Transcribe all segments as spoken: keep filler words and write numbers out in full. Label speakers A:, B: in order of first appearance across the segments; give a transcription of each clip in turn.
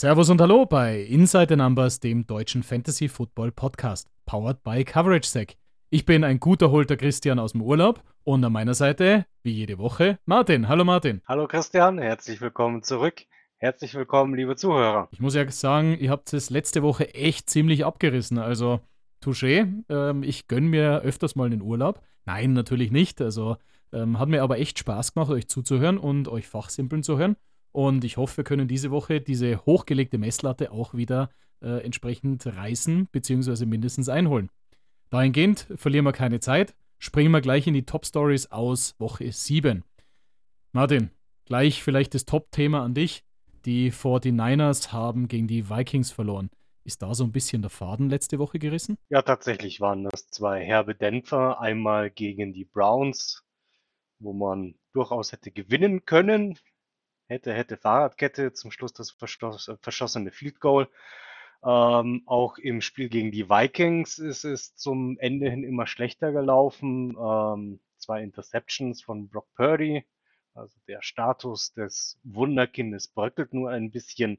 A: Servus und Hallo bei Inside the Numbers, dem deutschen Fantasy Football Podcast, powered by CoverageSec. Ich bin ein gut erholter Christian aus dem Urlaub und an meiner Seite, wie jede Woche, Martin. Hallo Martin.
B: Hallo Christian, herzlich willkommen zurück. Herzlich willkommen, liebe Zuhörer.
A: Ich muss ja sagen, ihr habt es letzte Woche echt ziemlich abgerissen, also touché. Ähm, ich gönne mir öfters mal einen Urlaub. Nein, natürlich nicht. Also ähm, hat mir aber echt Spaß gemacht, euch zuzuhören und euch fachsimpeln zu hören. Und ich hoffe, wir können diese Woche diese hochgelegte Messlatte auch wieder äh, entsprechend reißen, beziehungsweise mindestens einholen. Dahingehend verlieren wir keine Zeit, springen wir gleich in die Top-Stories aus Woche sieben. Martin, gleich vielleicht das Top-Thema an dich. Die forty-niners haben gegen die Vikings verloren. Ist da so ein bisschen der Faden letzte Woche gerissen?
B: Ja, tatsächlich waren das zwei herbe Dämpfer. Einmal gegen die Browns, wo man durchaus hätte gewinnen können. Hätte, hätte Fahrradkette, zum Schluss das verschoss- verschossene Field Goal. Ähm, auch im Spiel gegen die Vikings ist es zum Ende hin immer schlechter gelaufen. Ähm, zwei Interceptions von Brock Purdy. Also der Status des Wunderkindes bröckelt nur ein bisschen.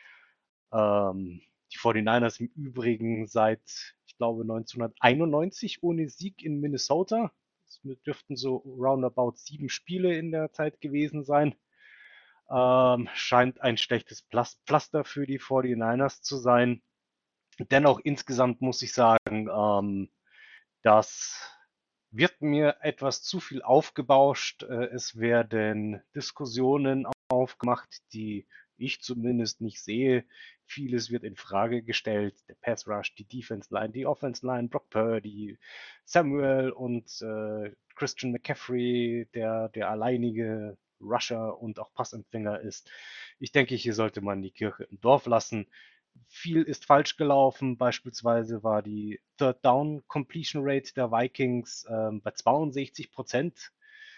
B: Ähm, die forty-niners im Übrigen seit, ich glaube, neunzehnhunderteinundneunzig ohne Sieg in Minnesota. Es dürften so roundabout sieben Spiele in der Zeit gewesen sein. Ähm, scheint ein schlechtes Plas- Pflaster für die forty-niners zu sein. Dennoch insgesamt muss ich sagen, ähm, das wird mir etwas zu viel aufgebauscht. Äh, Es werden Diskussionen aufgemacht, die ich zumindest nicht sehe. Vieles wird in Frage gestellt. Der Pass Rush, die Defense Line, die Offense Line, Brock Purdy, Samuel und äh, Christian McCaffrey, der der alleinige Rusher und auch Passempfänger ist. Ich denke, hier sollte man die Kirche im Dorf lassen. Viel ist falsch gelaufen. Beispielsweise war die Third Down Completion Rate der Vikings ähm, bei zweiundsechzig Prozent.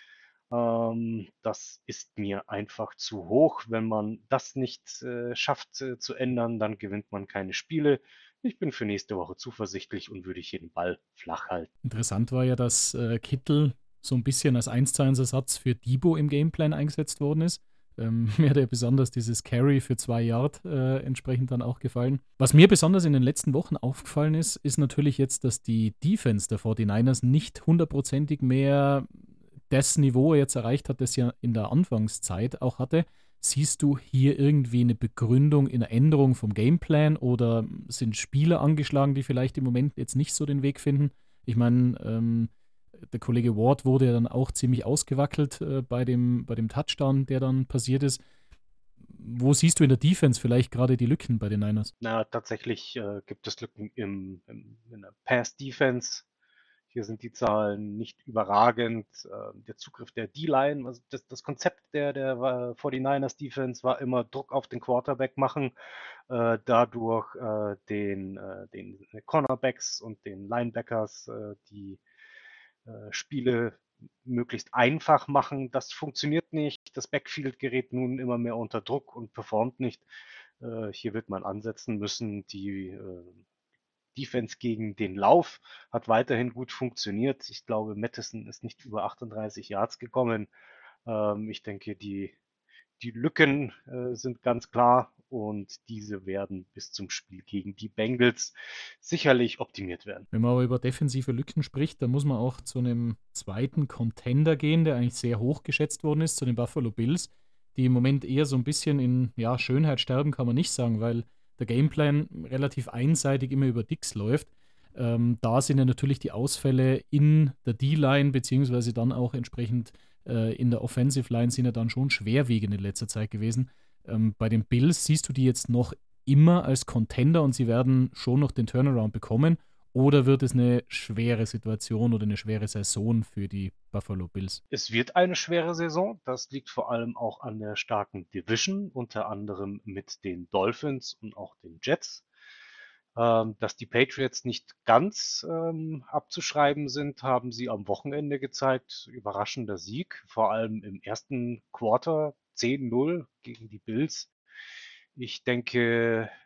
B: Ähm, das ist mir einfach zu hoch. Wenn man das nicht äh, schafft äh, zu ändern, dann gewinnt man keine Spiele. Ich bin für nächste Woche zuversichtlich und würde hier den Ball flach halten.
A: Interessant war ja, dass äh, Kittel so ein bisschen als eins zu eins Ersatz für Debo im Gameplan eingesetzt worden ist. Ähm, mir hat ja besonders dieses Carry für zwei Yard äh, entsprechend dann auch gefallen. Was mir besonders in den letzten Wochen aufgefallen ist, ist natürlich jetzt, dass die Defense der forty-niners nicht hundertprozentig mehr das Niveau jetzt erreicht hat, das ja in der Anfangszeit auch hatte. Siehst du hier irgendwie eine Begründung in der Änderung vom Gameplan oder sind Spieler angeschlagen, die vielleicht im Moment jetzt nicht so den Weg finden? Ich meine, ähm, der Kollege Ward wurde ja dann auch ziemlich ausgewackelt äh, bei, dem, bei dem Touchdown, der dann passiert ist. Wo siehst du in der Defense vielleicht gerade die Lücken bei den Niners?
B: Na, tatsächlich äh, gibt es Lücken im, im, in der Pass-Defense. Hier sind die Zahlen nicht überragend. Äh, der Zugriff der D-Line, also das, das Konzept der, der äh, forty-niners Defense war immer Druck auf den Quarterback machen, äh, dadurch äh, den, äh, den Cornerbacks und den Linebackers äh, die äh, Spiele möglichst einfach machen. Das funktioniert nicht. Das Backfield gerät nun immer mehr unter Druck und performt nicht. Äh, hier wird man ansetzen müssen. Die äh, Defense gegen den Lauf hat weiterhin gut funktioniert. Ich glaube, Mattison ist nicht über achtunddreißig Yards gekommen. Ähm, ich denke, die die Lücken äh, sind ganz klar und diese werden bis zum Spiel gegen die Bengals sicherlich optimiert werden.
A: Wenn man aber über defensive Lücken spricht, dann muss man auch zu einem zweiten Contender gehen, der eigentlich sehr hoch geschätzt worden ist, zu den Buffalo Bills, die im Moment eher so ein bisschen in ja, Schönheit sterben, kann man nicht sagen, weil der Gameplan relativ einseitig immer über Dix läuft. Ähm, da sind ja natürlich die Ausfälle in der D-Line, beziehungsweise dann auch entsprechend äh, in der Offensive Line, sind ja dann schon schwerwiegend in letzter Zeit gewesen. Ähm, bei den Bills siehst du die jetzt noch immer als Contender und sie werden schon noch den Turnaround bekommen? Oder wird es eine schwere Situation oder eine schwere Saison für die Buffalo Bills?
B: Es wird eine schwere Saison. Das liegt vor allem auch an der starken Division, unter anderem mit den Dolphins und auch den Jets. Ähm, dass die Patriots nicht ganz ähm, abzuschreiben sind, haben sie am Wochenende gezeigt. Überraschender Sieg, vor allem im ersten Quarter zehn null gegen die Bills. Ich denke,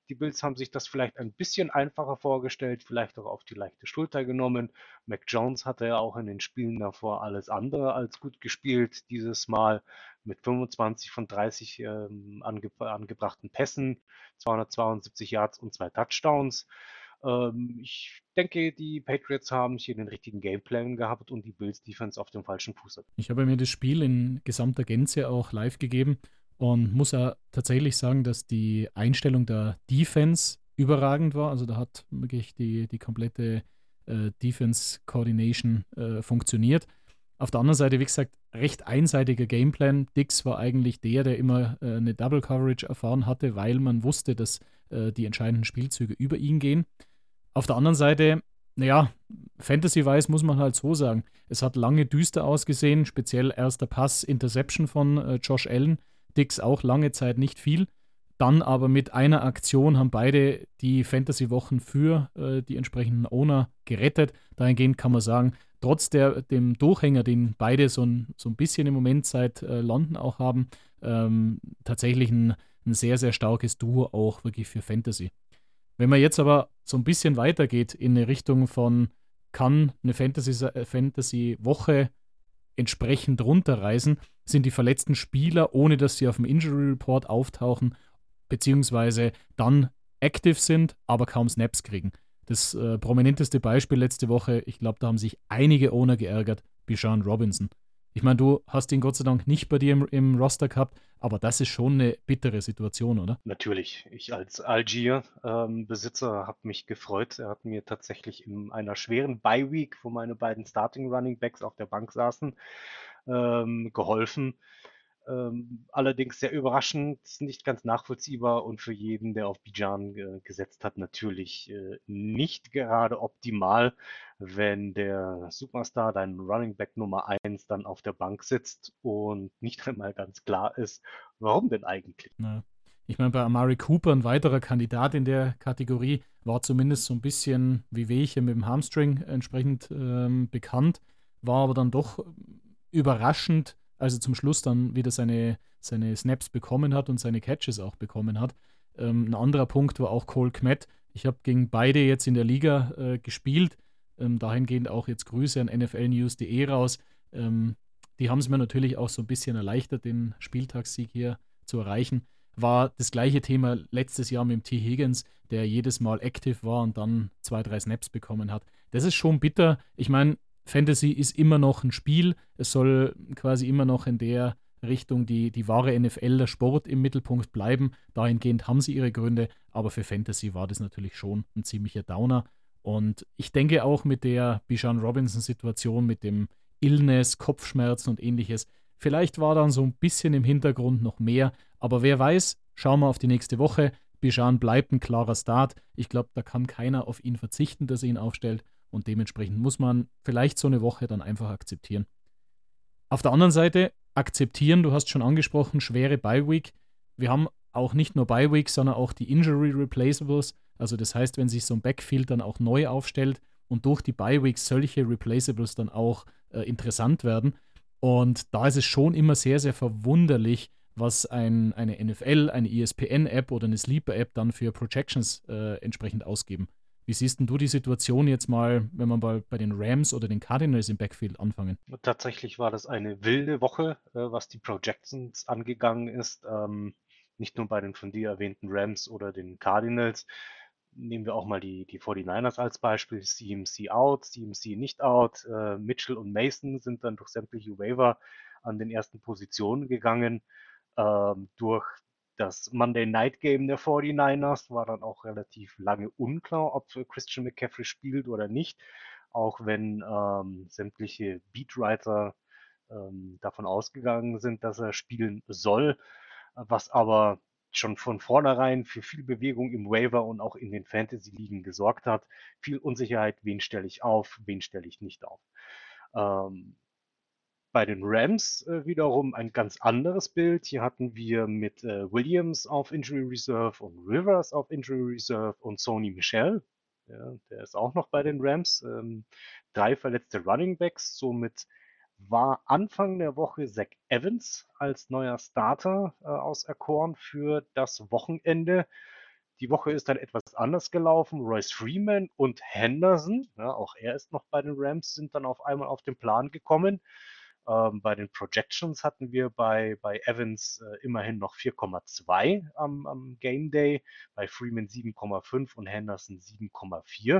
B: Die Bills haben sich das vielleicht ein bisschen einfacher vorgestellt, vielleicht auch auf die leichte Schulter genommen. Mac Jones hatte ja auch in den Spielen davor alles andere als gut gespielt. Dieses Mal mit fünfundzwanzig von dreißig ähm, ange angebrachten Pässen, zweihundertzweiundsiebzig Yards und zwei Touchdowns. Ähm, ich denke, die Patriots haben hier den richtigen Gameplan gehabt und die Bills Defense auf dem falschen Fuß.
A: Ich habe mir das Spiel in gesamter Gänze auch live gegeben und muss ja tatsächlich sagen, dass die Einstellung der Defense überragend war. Also da hat wirklich die, die komplette äh, Defense Coordination äh, funktioniert. Auf der anderen Seite, wie gesagt, recht einseitiger Gameplan. Dix war eigentlich der, der immer äh, eine Double Coverage erfahren hatte, weil man wusste, dass äh, die entscheidenden Spielzüge über ihn gehen. Auf der anderen Seite, naja, Fantasy-wise muss man halt so sagen, es hat lange düster ausgesehen, speziell erster Pass, Interception von äh, Josh Allen, Dix auch lange Zeit nicht viel. Dann aber mit einer Aktion haben beide die Fantasy-Wochen für äh, die entsprechenden Owner gerettet. Dahingehend kann man sagen, trotz der, dem Durchhänger, den beide so ein, so ein bisschen im Moment seit äh, London auch haben, ähm, tatsächlich ein, ein sehr, sehr starkes Duo auch wirklich für Fantasy. Wenn man jetzt aber so ein bisschen weitergeht in eine Richtung von, kann eine Fantasy- äh, Fantasy-Woche entsprechend runterreißen, sind die verletzten Spieler, ohne dass sie auf dem Injury Report auftauchen, beziehungsweise dann active sind, aber kaum Snaps kriegen. Das äh, prominenteste Beispiel letzte Woche, ich glaube, da haben sich einige Owner geärgert, Bijan Robinson. Ich meine, du hast ihn Gott sei Dank nicht bei dir im, im Roster gehabt, aber das ist schon eine bittere Situation, oder?
B: Natürlich, ich als Algier-Besitzer habe mich gefreut. Er hat mir tatsächlich in einer schweren Bye-Week, wo meine beiden Starting Running Backs auf der Bank saßen, ähm, geholfen. Ähm, allerdings sehr überraschend, nicht ganz nachvollziehbar und für jeden, der auf Bijan äh, gesetzt hat, natürlich äh, nicht gerade optimal, wenn der Superstar, dein Running Back Nummer eins, dann auf der Bank sitzt und nicht einmal ganz klar ist, warum denn eigentlich?
A: Ja. Ich meine, bei Amari Cooper, ein weiterer Kandidat in der Kategorie, war zumindest so ein bisschen wie Wehchen mit dem Hamstring entsprechend ähm, bekannt, war aber dann doch überraschend, als er zum Schluss dann wieder seine, seine Snaps bekommen hat und seine Catches auch bekommen hat. Ähm, ein anderer Punkt war auch Cole Kmet. Ich habe gegen beide jetzt in der Liga äh, gespielt. Ähm, dahingehend auch jetzt Grüße an N F L News Punkt de raus. Ähm, die haben es mir natürlich auch so ein bisschen erleichtert, den Spieltagssieg hier zu erreichen. War das gleiche Thema letztes Jahr mit dem T. Higgins, der jedes Mal active war und dann zwei, drei Snaps bekommen hat. Das ist schon bitter. Ich meine, Fantasy ist immer noch ein Spiel. Es soll quasi immer noch in der Richtung die, die wahre N F L, der Sport im Mittelpunkt bleiben. Dahingehend haben sie ihre Gründe, aber für Fantasy war das natürlich schon ein ziemlicher Downer. Und ich denke auch mit der Bijan Robinson-Situation, mit dem Illness, Kopfschmerzen und ähnliches, vielleicht war dann so ein bisschen im Hintergrund noch mehr, aber wer weiß, schauen wir auf die nächste Woche. Bijan bleibt ein klarer Start. Ich glaube, da kann keiner auf ihn verzichten, dass er ihn aufstellt. Und dementsprechend muss man vielleicht so eine Woche dann einfach akzeptieren. Auf der anderen Seite, akzeptieren, du hast schon angesprochen, schwere Bye-Week. Wir haben auch nicht nur Bye-Week, sondern auch die Injury Replaceables. Also das heißt, wenn sich so ein Backfield dann auch neu aufstellt und durch die Bye-Week solche Replaceables dann auch äh, interessant werden. Und da ist es schon immer sehr, sehr verwunderlich, was ein, eine N F L, eine E S P N-App oder eine Sleeper-App dann für Projections äh, entsprechend ausgeben. Wie siehst denn du die Situation jetzt mal, wenn wir mal bei den Rams oder den Cardinals im Backfield anfangen?
B: Tatsächlich war das eine wilde Woche, äh, was die Projections angegangen ist. Ähm, nicht nur bei den von dir erwähnten Rams oder den Cardinals. Nehmen wir auch mal die, die forty-niners als Beispiel. C M C out, C M C nicht out. Äh, Mitchell und Mason sind dann durch sämtliche Waiver an den ersten Positionen gegangen. Ähm, durch das Monday Night Game der forty-niners war dann auch relativ lange unklar, ob Christian McCaffrey spielt oder nicht, auch wenn ähm, sämtliche Beatwriter ähm, davon ausgegangen sind, dass er spielen soll, was aber schon von vornherein für viel Bewegung im Waiver und auch in den Fantasy-Ligen gesorgt hat. Viel Unsicherheit, wen stelle ich auf, wen stelle ich nicht auf. Ähm, bei den Rams äh, wiederum ein ganz anderes Bild. Hier hatten wir mit äh, Williams auf Injury Reserve und Rivers auf Injury Reserve und Sony Michel. Ja, der ist auch noch bei den Rams. Ähm, drei verletzte Running Backs. Somit war Anfang der Woche Zach Evans als neuer Starter äh, auserkoren für das Wochenende. Die Woche ist dann etwas anders gelaufen. Royce Freeman und Henderson, ja, auch er ist noch bei den Rams, sind dann auf einmal auf den Plan gekommen. Ähm, bei den Projections hatten wir bei, bei Evans äh, immerhin noch vier Komma zwei am, am Game Day, bei Freeman sieben Komma fünf und Henderson sieben Komma vier.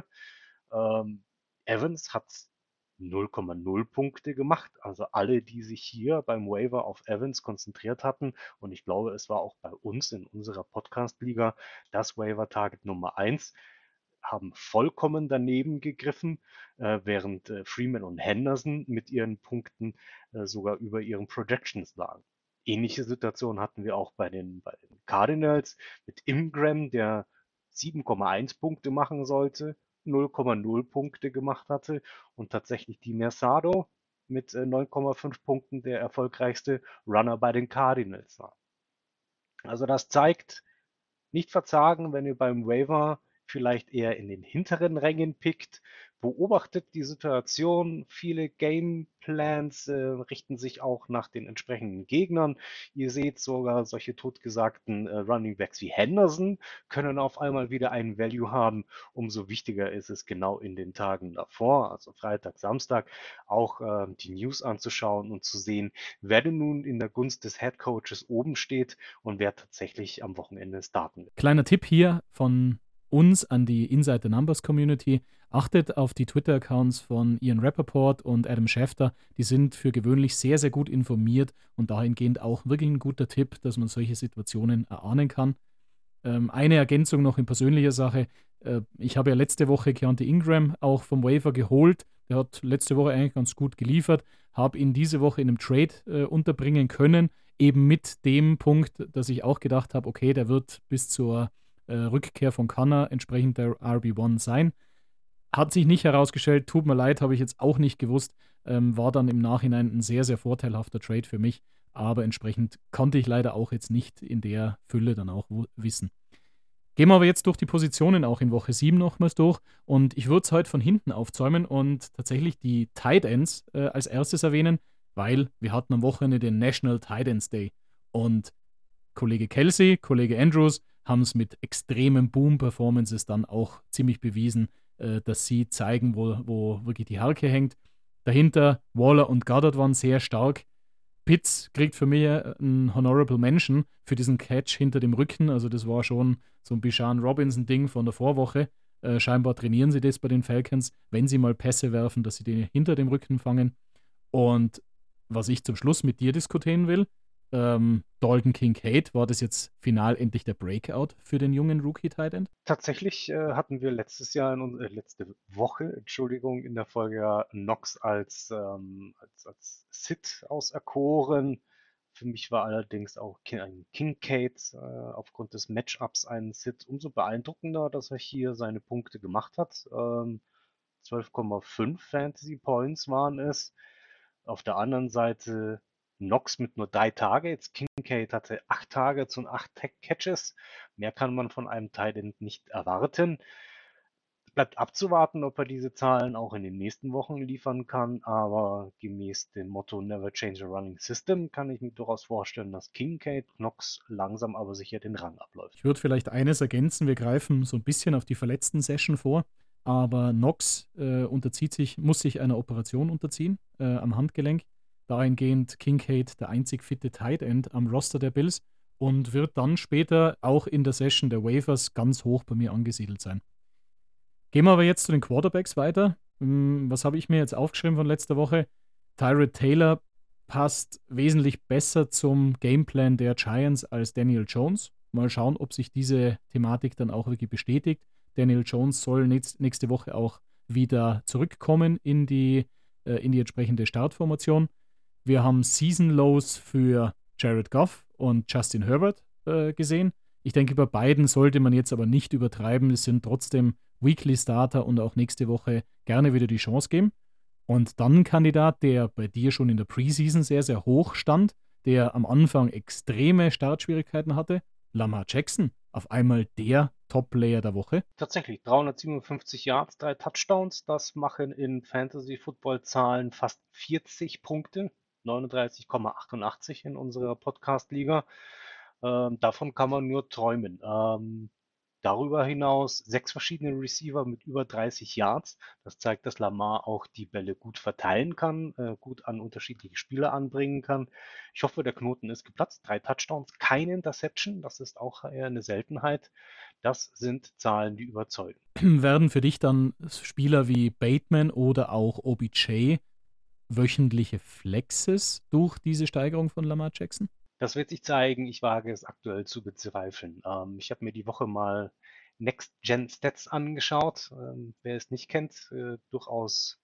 B: Ähm, Evans hat null Komma null Punkte gemacht. Also alle, die sich hier beim Waiver auf Evans konzentriert hatten, und ich glaube, es war auch bei uns in unserer Podcast-Liga das Waiver-Target Nummer eins, haben vollkommen daneben gegriffen, äh, während äh, Freeman und Henderson mit ihren Punkten äh, sogar über ihren Projections lagen. Ähnliche Situation hatten wir auch bei den, bei den Cardinals mit Ingram, der sieben Komma eins Punkte machen sollte, null Komma null Punkte gemacht hatte und tatsächlich die Mercado mit äh, neun Komma fünf Punkten der erfolgreichste Runner bei den Cardinals war. Also das zeigt, nicht verzagen, wenn ihr beim Waiver vielleicht eher in den hinteren Rängen pickt. Beobachtet die Situation. Viele Gameplans äh, richten sich auch nach den entsprechenden Gegnern. Ihr seht sogar solche totgesagten äh, Running Backs wie Henderson können auf einmal wieder einen Value haben. Umso wichtiger ist es genau in den Tagen davor, also Freitag, Samstag, auch äh, die News anzuschauen und zu sehen, wer denn nun in der Gunst des Head Coaches oben steht und wer tatsächlich am Wochenende starten wird.
A: Kleiner Tipp hier von uns an die Inside the Numbers Community. Achtet auf die Twitter-Accounts von Ian Rappaport und Adam Schefter. Die sind für gewöhnlich sehr, sehr gut informiert und dahingehend auch wirklich ein guter Tipp, dass man solche Situationen erahnen kann. Ähm, eine Ergänzung noch in persönlicher Sache. Äh, ich habe ja letzte Woche Keontae Ingram auch vom Waiver geholt. Der hat letzte Woche eigentlich ganz gut geliefert. Habe ihn diese Woche in einem Trade äh, unterbringen können. Eben mit dem Punkt, dass ich auch gedacht habe, okay, der wird bis zur äh, Rückkehr von Connor entsprechend der R B eins sein. Hat sich nicht herausgestellt, tut mir leid, habe ich jetzt auch nicht gewusst. Ähm, war dann im Nachhinein ein sehr, sehr vorteilhafter Trade für mich. Aber entsprechend konnte ich leider auch jetzt nicht in der Fülle dann auch wissen. Gehen wir aber jetzt durch die Positionen auch in Woche sieben nochmals durch. Und ich würde es heute von hinten aufzäumen und tatsächlich die Tight Ends äh, als erstes erwähnen, weil wir hatten am Wochenende den National Tight Ends Day. Und Kollege Kelsey, Kollege Andrews haben es mit extremen Boom-Performances dann auch ziemlich bewiesen, äh, dass sie zeigen, wo, wo wirklich die Harke hängt. Dahinter Waller und Goddard waren sehr stark. Pitts kriegt für mich einen Honorable Mention für diesen Catch hinter dem Rücken. Also das war schon so ein Bijan Robinson-Ding von der Vorwoche. Äh, scheinbar trainieren sie das bei den Falcons, wenn sie mal Pässe werfen, dass sie den hinter dem Rücken fangen. Und was ich zum Schluss mit dir diskutieren will, ähm, Dalton Kincaid, war das jetzt final endlich der Breakout für den jungen Rookie-Tight End?
B: Tatsächlich äh, hatten wir letztes Jahr, in, un- äh, letzte Woche, Entschuldigung, in der Folge ja Knox als, ähm, als, als Sit auserkoren. Für mich war allerdings auch Ki- ein Kincaid äh, aufgrund des Matchups ein Sit umso beeindruckender, dass er hier seine Punkte gemacht hat. Ähm, zwölf Komma fünf Fantasy Points waren es. Auf der anderen Seite Knox mit nur drei Targets. Kincaid hatte acht Targets und acht Catches. Mehr kann man von einem Tight End nicht erwarten. Bleibt abzuwarten, ob er diese Zahlen auch in den nächsten Wochen liefern kann, aber gemäß dem Motto Never Change a Running System kann ich mir durchaus vorstellen, dass Kincaid Knox langsam aber sicher den Rang abläuft.
A: Ich würde vielleicht eines ergänzen, wir greifen so ein bisschen auf die verletzten Session vor, aber Knox äh, unterzieht sich, muss sich einer Operation unterziehen äh, am Handgelenk. Dahingehend Kincaid der einzig fitte Tight End am Roster der Bills und wird dann später auch in der Session der Waivers ganz hoch bei mir angesiedelt sein. Gehen wir aber jetzt zu den Quarterbacks weiter. Hm, Was habe ich mir jetzt aufgeschrieben von letzter Woche? Tyrod Taylor passt wesentlich besser zum Gameplan der Giants als Daniel Jones. Mal schauen, ob sich diese Thematik dann auch wirklich bestätigt. Daniel Jones soll nächste Woche auch wieder zurückkommen in die, äh, in die entsprechende Startformation. Wir haben Season Lows für Jared Goff und Justin Herbert äh, gesehen. Ich denke, bei beiden sollte man jetzt aber nicht übertreiben. Es sind trotzdem Weekly Starter und auch nächste Woche gerne wieder die Chance geben. Und dann ein Kandidat, der bei dir schon in der Preseason sehr, sehr hoch stand, der am Anfang extreme Startschwierigkeiten hatte, Lamar Jackson, auf einmal der Top-Player der Woche.
B: Tatsächlich, dreihundertsiebenundfünfzig Yards, drei Touchdowns, das machen in Fantasy-Football-Zahlen fast vierzig Punkte, neununddreißig Komma achtundachtzig in unserer Podcast-Liga. Ähm, davon kann man nur träumen. Ähm, Darüber hinaus sechs verschiedene Receiver mit über dreißig Yards. Das zeigt, dass Lamar auch die Bälle gut verteilen kann, äh, gut an unterschiedliche Spieler anbringen kann. Ich hoffe, der Knoten ist geplatzt. Drei Touchdowns, keine Interception. Das ist auch eher eine Seltenheit. Das sind Zahlen, die überzeugen.
A: Werden für dich dann Spieler wie Bateman oder auch O B J wöchentliche Flexes durch diese Steigerung von Lamar Jackson?
B: Das wird sich zeigen. Ich wage es aktuell zu bezweifeln. Ähm, ich habe mir die Woche mal Next-Gen-Stats angeschaut. Ähm, wer es nicht kennt, äh, durchaus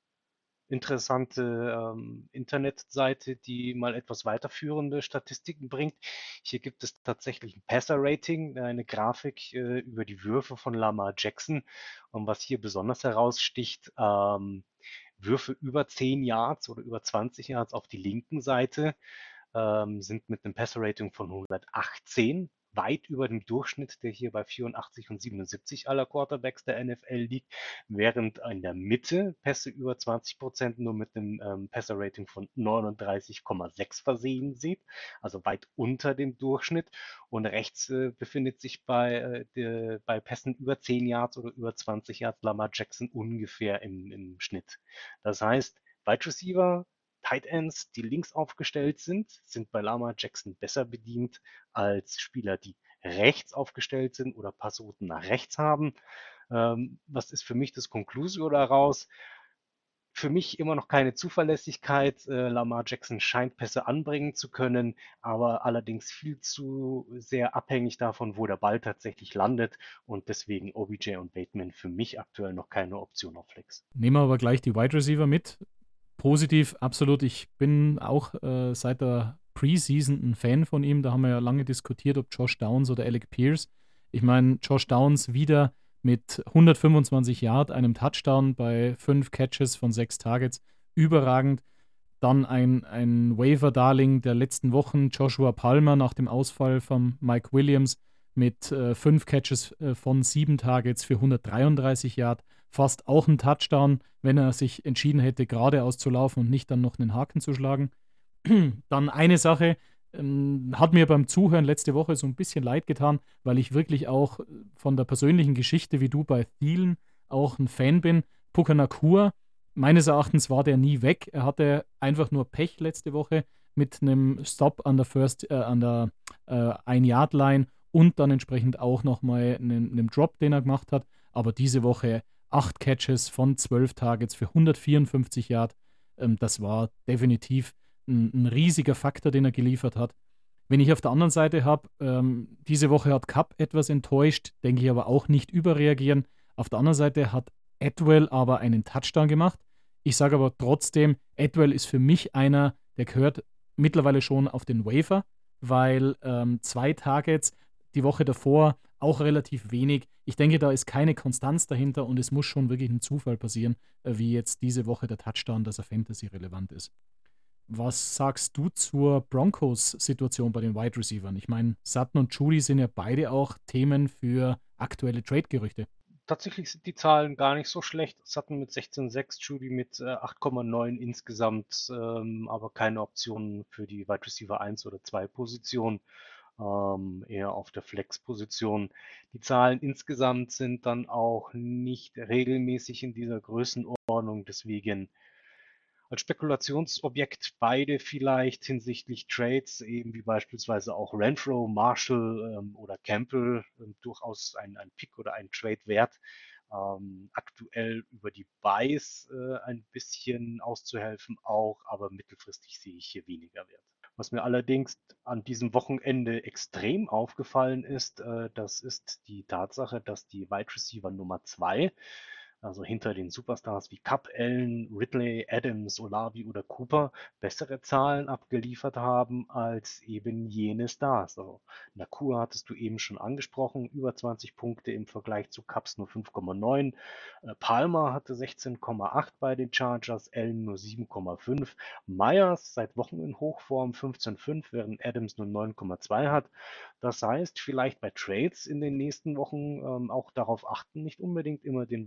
B: interessante ähm, Internetseite, die mal etwas weiterführende Statistiken bringt. Hier gibt es tatsächlich ein Passer-Rating, eine Grafik äh, über die Würfe von Lamar Jackson. Und was hier besonders heraussticht, ähm, Würfe über zehn Yards oder über zwanzig Yards auf die linken Seite ähm, sind mit einem Passer-Rating von hundertachtzehn weit über dem Durchschnitt, der hier bei vierundachtzig und siebenundsiebzig aller Quarterbacks der N F L liegt, während in der Mitte Pässe über zwanzig Prozent nur mit einem ähm, Passer-Rating von neununddreißig Komma sechs versehen sieht, also weit unter dem Durchschnitt. Und rechts äh, befindet sich bei, äh, de, bei Pässen über zehn Yards oder über zwanzig Yards Lamar Jackson ungefähr im, im Schnitt. Das heißt, Wide Receiver, Tight Ends, die links aufgestellt sind, sind bei Lamar Jackson besser bedient als Spieler, die rechts aufgestellt sind oder Passrouten nach rechts haben. Ähm, was ist für mich das Conclusio daraus? Für mich immer noch keine Zuverlässigkeit. Äh, Lamar Jackson scheint Pässe anbringen zu können, aber allerdings viel zu sehr abhängig davon, wo der Ball tatsächlich landet. Und deswegen O B J und Bateman für mich aktuell noch keine Option auf Flex.
A: Nehmen wir aber gleich die Wide Receiver mit. Positiv, absolut. Ich bin auch äh, seit der Preseason ein Fan von ihm. Da haben wir ja lange diskutiert, ob Josh Downs oder Alec Pierce. Ich meine, Josh Downs wieder mit hundertfünfundzwanzig Yard, einem Touchdown bei fünf Catches von sechs Targets. Überragend. Dann ein, ein Waiver-Darling der letzten Wochen, Joshua Palmer nach dem Ausfall von Mike Williams mit äh, fünf Catches äh, von sieben Targets für hundertdreiunddreißig Yard. Fast auch ein Touchdown, wenn er sich entschieden hätte, geradeaus zu laufen und nicht dann noch einen Haken zu schlagen. Dann eine Sache, ähm, hat mir beim Zuhören letzte Woche so ein bisschen leid getan, weil ich wirklich auch von der persönlichen Geschichte wie du bei Thielen auch ein Fan bin. Puka Nacua, meines Erachtens war der nie weg. Er hatte einfach nur Pech letzte Woche mit einem Stop an der First, äh, an der äh, Ein-Yard-Line und dann entsprechend auch nochmal einen, einen Drop, den er gemacht hat. Aber diese Woche acht Catches von zwölf Targets für hundertvierundfünfzig Yard. Ähm, das war definitiv ein, ein riesiger Faktor, den er geliefert hat. Wenn ich auf der anderen Seite habe, ähm, diese Woche hat Cup etwas enttäuscht, denke ich aber auch nicht überreagieren. Auf der anderen Seite hat Atwell aber einen Touchdown gemacht. Ich sage aber trotzdem, Atwell ist für mich einer, der gehört mittlerweile schon auf den Waiver, weil ähm, zwei Targets die Woche davor auch relativ wenig. Ich denke, da ist keine Konstanz dahinter und es muss schon wirklich ein Zufall passieren, äh, wie jetzt diese Woche der Touchdown, dass er Fantasy-relevant ist. Was sagst du zur Broncos-Situation bei den Wide Receivers? Ich meine, Sutton und Judy sind ja beide auch Themen für aktuelle Trade-Gerüchte.
B: Tatsächlich sind die Zahlen gar nicht so schlecht. Sutton mit sechzehn Komma sechs, Judy mit äh, acht Komma neun insgesamt, ähm, aber keine Optionen für die Wide Receiver eins oder zwei Position, ähm, eher auf der Flex-Position. Die Zahlen insgesamt sind dann auch nicht regelmäßig in dieser Größenordnung, deswegen als Spekulationsobjekt beide vielleicht hinsichtlich Trades, eben wie beispielsweise auch Renfro, Marshall ähm, oder Campbell, ähm, durchaus ein, ein Pick oder ein Trade wert. Ähm, aktuell über die Buys äh, ein bisschen auszuhelfen auch, aber mittelfristig sehe ich hier weniger Wert. Was mir allerdings an diesem Wochenende extrem aufgefallen ist, äh, das ist die Tatsache, dass die Wide Receiver Nummer zwei, also hinter den Superstars wie Cup, Allen, Ridley, Adams, Olavi oder Cooper, bessere Zahlen abgeliefert haben als eben jene Stars. Also Nakua hattest du eben schon angesprochen, über zwanzig Punkte im Vergleich zu Cubs nur fünf Komma neun. Äh, Palmer hatte sechzehn Komma acht bei den Chargers, Allen nur sieben Komma fünf. Myers seit Wochen in Hochform fünfzehn Komma fünf, während Adams nur neun Komma zwei hat. Das heißt, vielleicht bei Trades in den nächsten Wochen ähm, auch darauf achten, nicht unbedingt immer den Wide Receiver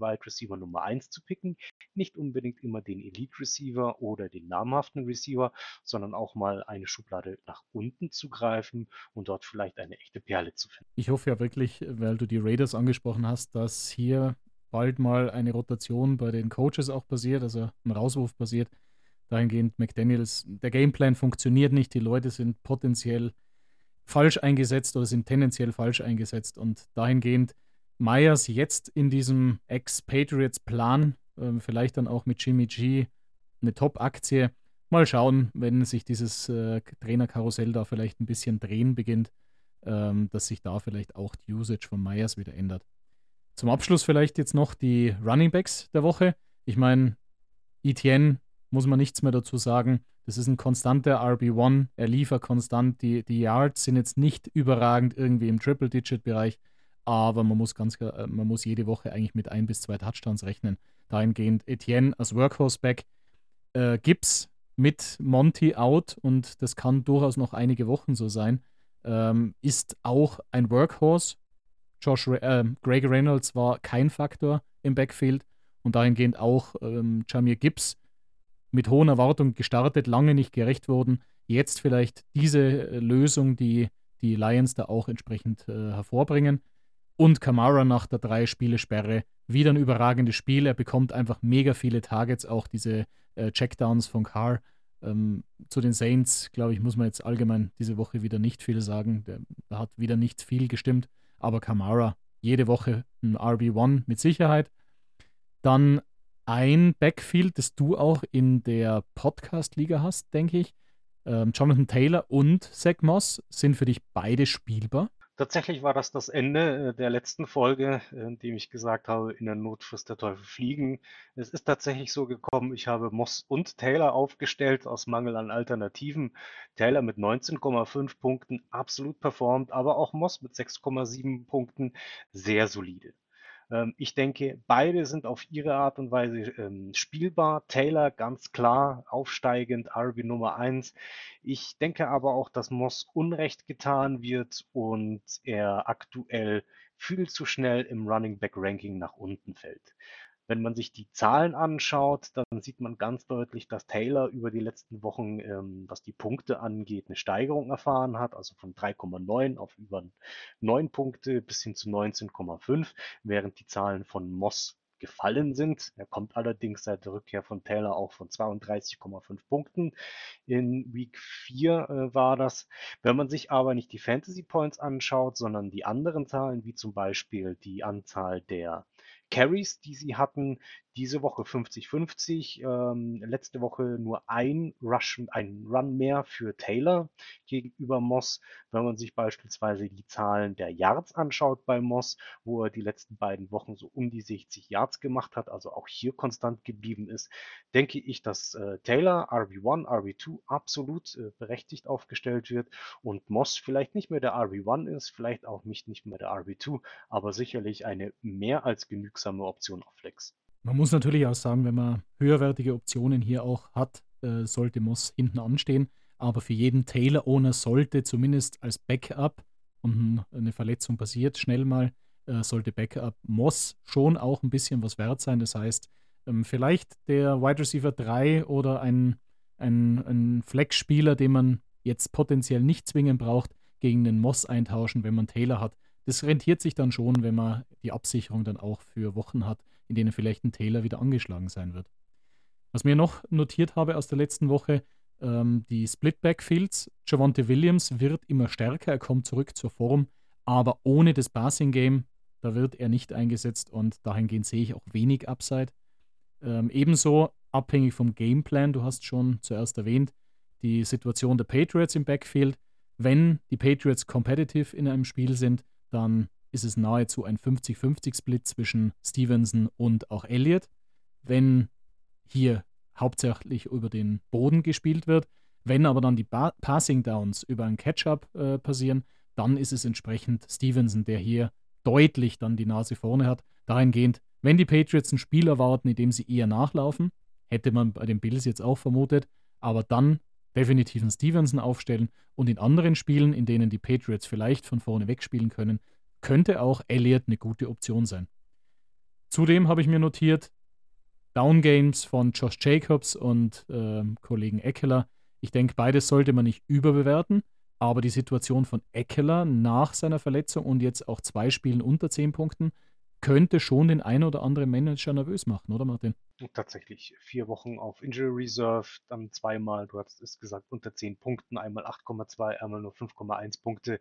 B: Receiver Nummer eins zu picken. Nicht unbedingt immer den Elite Receiver oder den namhaften Receiver, sondern auch mal eine Schublade nach unten zu greifen und dort vielleicht eine echte Perle zu finden.
A: Ich hoffe ja wirklich, weil du die Raiders angesprochen hast, dass hier bald mal eine Rotation bei den Coaches auch passiert, also ein Rauswurf passiert. Dahingehend McDaniels, der Gameplan funktioniert nicht, die Leute sind potenziell falsch eingesetzt oder sind tendenziell falsch eingesetzt und dahingehend Myers jetzt in diesem Ex-Patriots-Plan, äh, vielleicht dann auch mit Jimmy G eine Top-Aktie. Mal schauen, wenn sich dieses äh, Trainerkarussell da vielleicht ein bisschen drehen beginnt, ähm, dass sich da vielleicht auch die Usage von Myers wieder ändert. Zum Abschluss vielleicht jetzt noch die Running Backs der Woche. Ich meine, Etienne muss man nichts mehr dazu sagen. Das ist ein konstanter R B eins. Er liefert konstant. Die, die Yards sind jetzt nicht überragend irgendwie im Triple-Digit-Bereich, aber man muss, ganz, man muss jede Woche eigentlich mit ein bis zwei Touchdowns rechnen. Dahingehend Etienne als Workhorse-Back. Äh, Gibbs mit Monty out und das kann durchaus noch einige Wochen so sein. Ähm, ist auch ein Workhorse. Josh, äh, Greg Reynolds war kein Faktor im Backfield und dahingehend auch ähm, Jahmyr Gibbs mit hohen Erwartungen gestartet, lange nicht gerecht wurden. Jetzt vielleicht diese äh, Lösung, die die Lions da auch entsprechend äh, hervorbringen. Und Kamara nach der drei-Spiele-Sperre wieder ein überragendes Spiel. Er bekommt einfach mega viele Targets, auch diese äh, Checkdowns von Carr. Ähm, zu den Saints, glaube ich, muss man jetzt allgemein diese Woche wieder nicht viel sagen. Der, da hat wieder nicht viel gestimmt. Aber Kamara, jede Woche ein R B eins mit Sicherheit. Dann ein Backfield, das du auch in der Podcast-Liga hast, denke ich. Ähm, Jonathan Taylor und Zach Moss sind für dich beide spielbar.
B: Tatsächlich war das das Ende äh, der letzten Folge, äh, in dem ich gesagt habe, in der Not frisst der Teufel fliegen. Es ist tatsächlich so gekommen, ich habe Moss und Taylor aufgestellt aus Mangel an Alternativen. Taylor mit neunzehn Komma fünf Punkten absolut performt, aber auch Moss mit sechs Komma sieben Punkten sehr solide. Ähm, ich denke, beide sind auf ihre Art und Weise ähm, spielbar. Taylor ganz klar aufsteigend, R B Nummer eins. Ich denke aber auch, dass Moss Unrecht getan wird und er aktuell viel zu schnell im Running Back Ranking nach unten fällt. Wenn man sich die Zahlen anschaut, dann sieht man ganz deutlich, dass Taylor über die letzten Wochen, ähm, was die Punkte angeht, eine Steigerung erfahren hat, also von drei Komma neun auf über neun Punkte bis hin zu neunzehn Komma fünf, während die Zahlen von Moss gefallen sind. Er kommt allerdings seit der Rückkehr von Taylor auch von zweiunddreißig Komma fünf Punkten. In Week vier äh, war das. Wenn man sich aber nicht die Fantasy Points anschaut, sondern die anderen Zahlen, wie zum Beispiel die Anzahl der Carries, die sie hatten, diese Woche fünfzig fünfzig, ähm, letzte Woche nur ein Rush und ein Run mehr für Taylor gegenüber Moss. Wenn man sich beispielsweise die Zahlen der Yards anschaut bei Moss, wo er die letzten beiden Wochen so um die sechzig Yards gemacht hat, also auch hier konstant geblieben ist, denke ich, dass äh, Taylor R B eins, R B zwei absolut äh, berechtigt aufgestellt wird und Moss vielleicht nicht mehr der R B eins ist, vielleicht auch nicht, nicht mehr der R B zwei, aber sicherlich eine mehr als genügsame Option auf Flex.
A: Man muss natürlich auch sagen, wenn man höherwertige Optionen hier auch hat, äh, sollte Moss hinten anstehen. Aber für jeden Taylor-Owner sollte zumindest als Backup, und eine Verletzung passiert schnell mal, äh, sollte Backup Moss schon auch ein bisschen was wert sein. Das heißt, ähm, vielleicht der Wide Receiver drei oder ein, ein, ein Flex-Spieler, den man jetzt potenziell nicht zwingend braucht, gegen den Moss eintauschen, wenn man Taylor hat. Das rentiert sich dann schon, wenn man die Absicherung dann auch für Wochen hat, in denen vielleicht ein Taylor wieder angeschlagen sein wird. Was mir noch notiert habe aus der letzten Woche, ähm, die Split-Backfields. Javonte Williams wird immer stärker, er kommt zurück zur Form, aber ohne das Passing-Game, da wird er nicht eingesetzt und dahingehend sehe ich auch wenig Upside. Ähm, ebenso abhängig vom Gameplan, du hast schon zuerst erwähnt, die Situation der Patriots im Backfield. Wenn die Patriots competitive in einem Spiel sind, dann ist es nahezu ein fünfzig fünfzig Split zwischen Stevenson und auch Elliott. Wenn hier hauptsächlich über den Boden gespielt wird, wenn aber dann die ba- Passing Downs über ein Catch-up äh, passieren, dann ist es entsprechend Stevenson, der hier deutlich dann die Nase vorne hat. Dahingehend, wenn die Patriots ein Spiel erwarten, in dem sie eher nachlaufen, hätte man bei den Bills jetzt auch vermutet, aber dann definitiv einen Stevenson aufstellen und in anderen Spielen, in denen die Patriots vielleicht von vorne wegspielen können, könnte auch Elliott eine gute Option sein. Zudem habe ich mir notiert, Downgames von Josh Jacobs und äh, Kollegen Ekeler. Ich denke, beides sollte man nicht überbewerten, aber die Situation von Ekeler nach seiner Verletzung und jetzt auch zwei Spielen unter zehn Punkten könnte schon den einen oder anderen Manager nervös machen, oder Martin?
B: Tatsächlich vier Wochen auf Injury Reserve, dann zweimal, du hast es gesagt, unter zehn Punkten, einmal acht Komma zwei, einmal nur fünf Komma eins Punkte.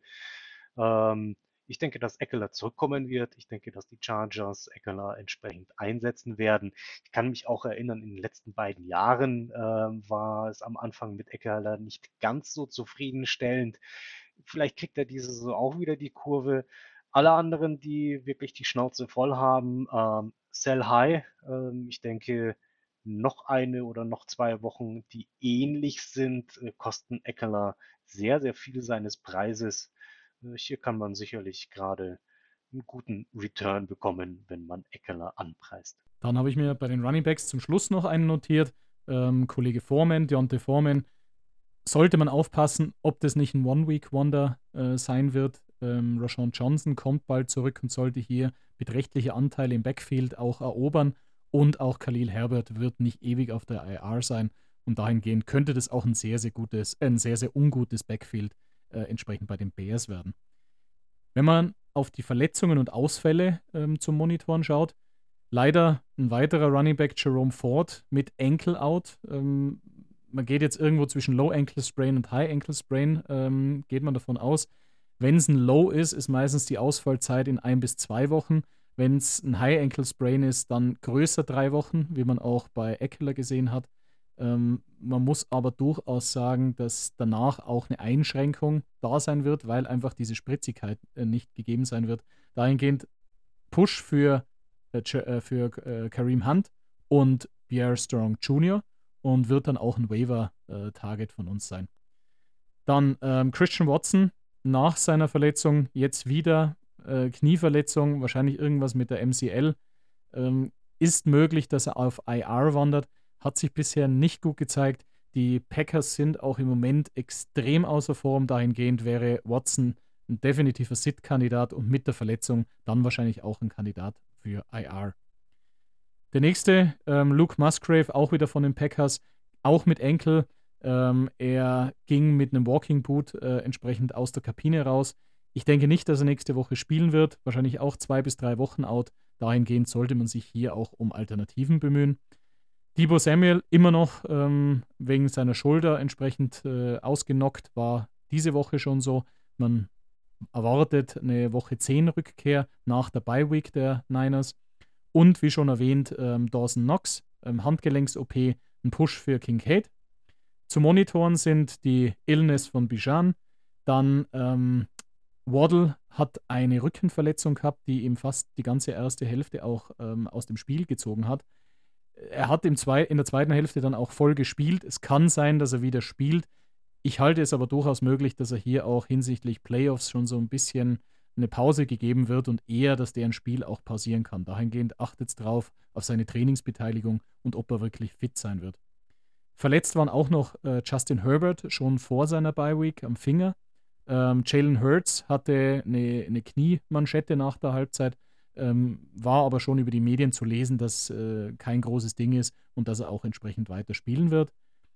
B: Ähm, ich denke, dass Ekeler zurückkommen wird. Ich denke, dass die Chargers Ekeler entsprechend einsetzen werden. Ich kann mich auch erinnern, in den letzten beiden Jahren äh, war es am Anfang mit Ekeler nicht ganz so zufriedenstellend. Vielleicht kriegt er diese Saison auch wieder die Kurve. Alle anderen, die wirklich die Schnauze voll haben, ähm, sell high. Ähm, ich denke, noch eine oder noch zwei Wochen, die ähnlich sind, äh, kosten Ekeler sehr, sehr viel seines Preises. Äh, hier kann man sicherlich gerade einen guten Return bekommen, wenn man Ekeler anpreist.
A: Dann habe ich mir bei den Running Backs zum Schluss noch einen notiert. Ähm, Kollege Foreman, Deontay Foreman. Sollte man aufpassen, ob das nicht ein One-Week-Wonder äh, sein wird. Ähm, Rashawn Johnson kommt bald zurück und sollte hier beträchtliche Anteile im Backfield auch erobern. Und auch Khalil Herbert wird nicht ewig auf der I R sein. Und dahingehend könnte das auch ein sehr, sehr gutes, ein sehr, sehr ungutes Backfield äh, entsprechend bei den Bears werden. Wenn man auf die Verletzungen und Ausfälle ähm, zum Monitoren schaut, leider ein weiterer Running Back, Jerome Ford, mit Ankle out. Ähm, man geht jetzt irgendwo zwischen Low Ankle Sprain und High Ankle Sprain, ähm, geht man davon aus. Wenn es ein Low ist, ist meistens die Ausfallzeit in ein bis zwei Wochen. Wenn es ein High Ankle Sprain ist, dann größer drei Wochen, wie man auch bei Ekeler gesehen hat. Ähm, man muss aber durchaus sagen, dass danach auch eine Einschränkung da sein wird, weil einfach diese Spritzigkeit äh, nicht gegeben sein wird. Dahingehend Push für, äh, äh, für äh, Kareem Hunt und Pierre Strong Junior und wird dann auch ein Waiver-Target äh, von uns sein. Dann ähm, Christian Watson nach seiner Verletzung jetzt wieder äh, Knieverletzung, wahrscheinlich irgendwas mit der M C L. Ähm, ist möglich, dass er auf I R wandert. Hat sich bisher nicht gut gezeigt. Die Packers sind auch im Moment extrem außer Form. Dahingehend wäre Watson ein definitiver Sit-Kandidat und mit der Verletzung dann wahrscheinlich auch ein Kandidat für I R. Der nächste, ähm, Luke Musgrave, auch wieder von den Packers, auch mit Enkel. Ähm, er ging mit einem Walking Boot äh, entsprechend aus der Kabine raus. Ich denke nicht, dass er nächste Woche spielen wird. Wahrscheinlich auch zwei bis drei Wochen out. Dahingehend sollte man sich hier auch um Alternativen bemühen. Deebo Samuel immer noch ähm, wegen seiner Schulter entsprechend äh, ausgenockt, war diese Woche schon so. Man erwartet eine Woche zehn Rückkehr nach der Bye-Week der Niners. Und wie schon erwähnt, ähm, Dawson Knox, ähm, Handgelenks-O P, ein Push für Kincaid. Zu monitoren sind die Illness von Bijan. Dann ähm, Waddle hat eine Rückenverletzung gehabt, die ihm fast die ganze erste Hälfte auch ähm, aus dem Spiel gezogen hat. Er hat im Zwei- in der zweiten Hälfte dann auch voll gespielt. Es kann sein, dass er wieder spielt. Ich halte es aber durchaus möglich, dass er hier auch hinsichtlich Playoffs schon so ein bisschen eine Pause gegeben wird und eher, dass der ein Spiel auch pausieren kann. Dahingehend achtet drauf auf seine Trainingsbeteiligung und ob er wirklich fit sein wird. Verletzt waren auch noch äh, Justin Herbert schon vor seiner Bye-Week am Finger. Ähm, Jalen Hurts hatte eine, eine Kniemanschette nach der Halbzeit, ähm, war aber schon über die Medien zu lesen, dass äh, kein großes Ding ist und dass er auch entsprechend weiter spielen wird.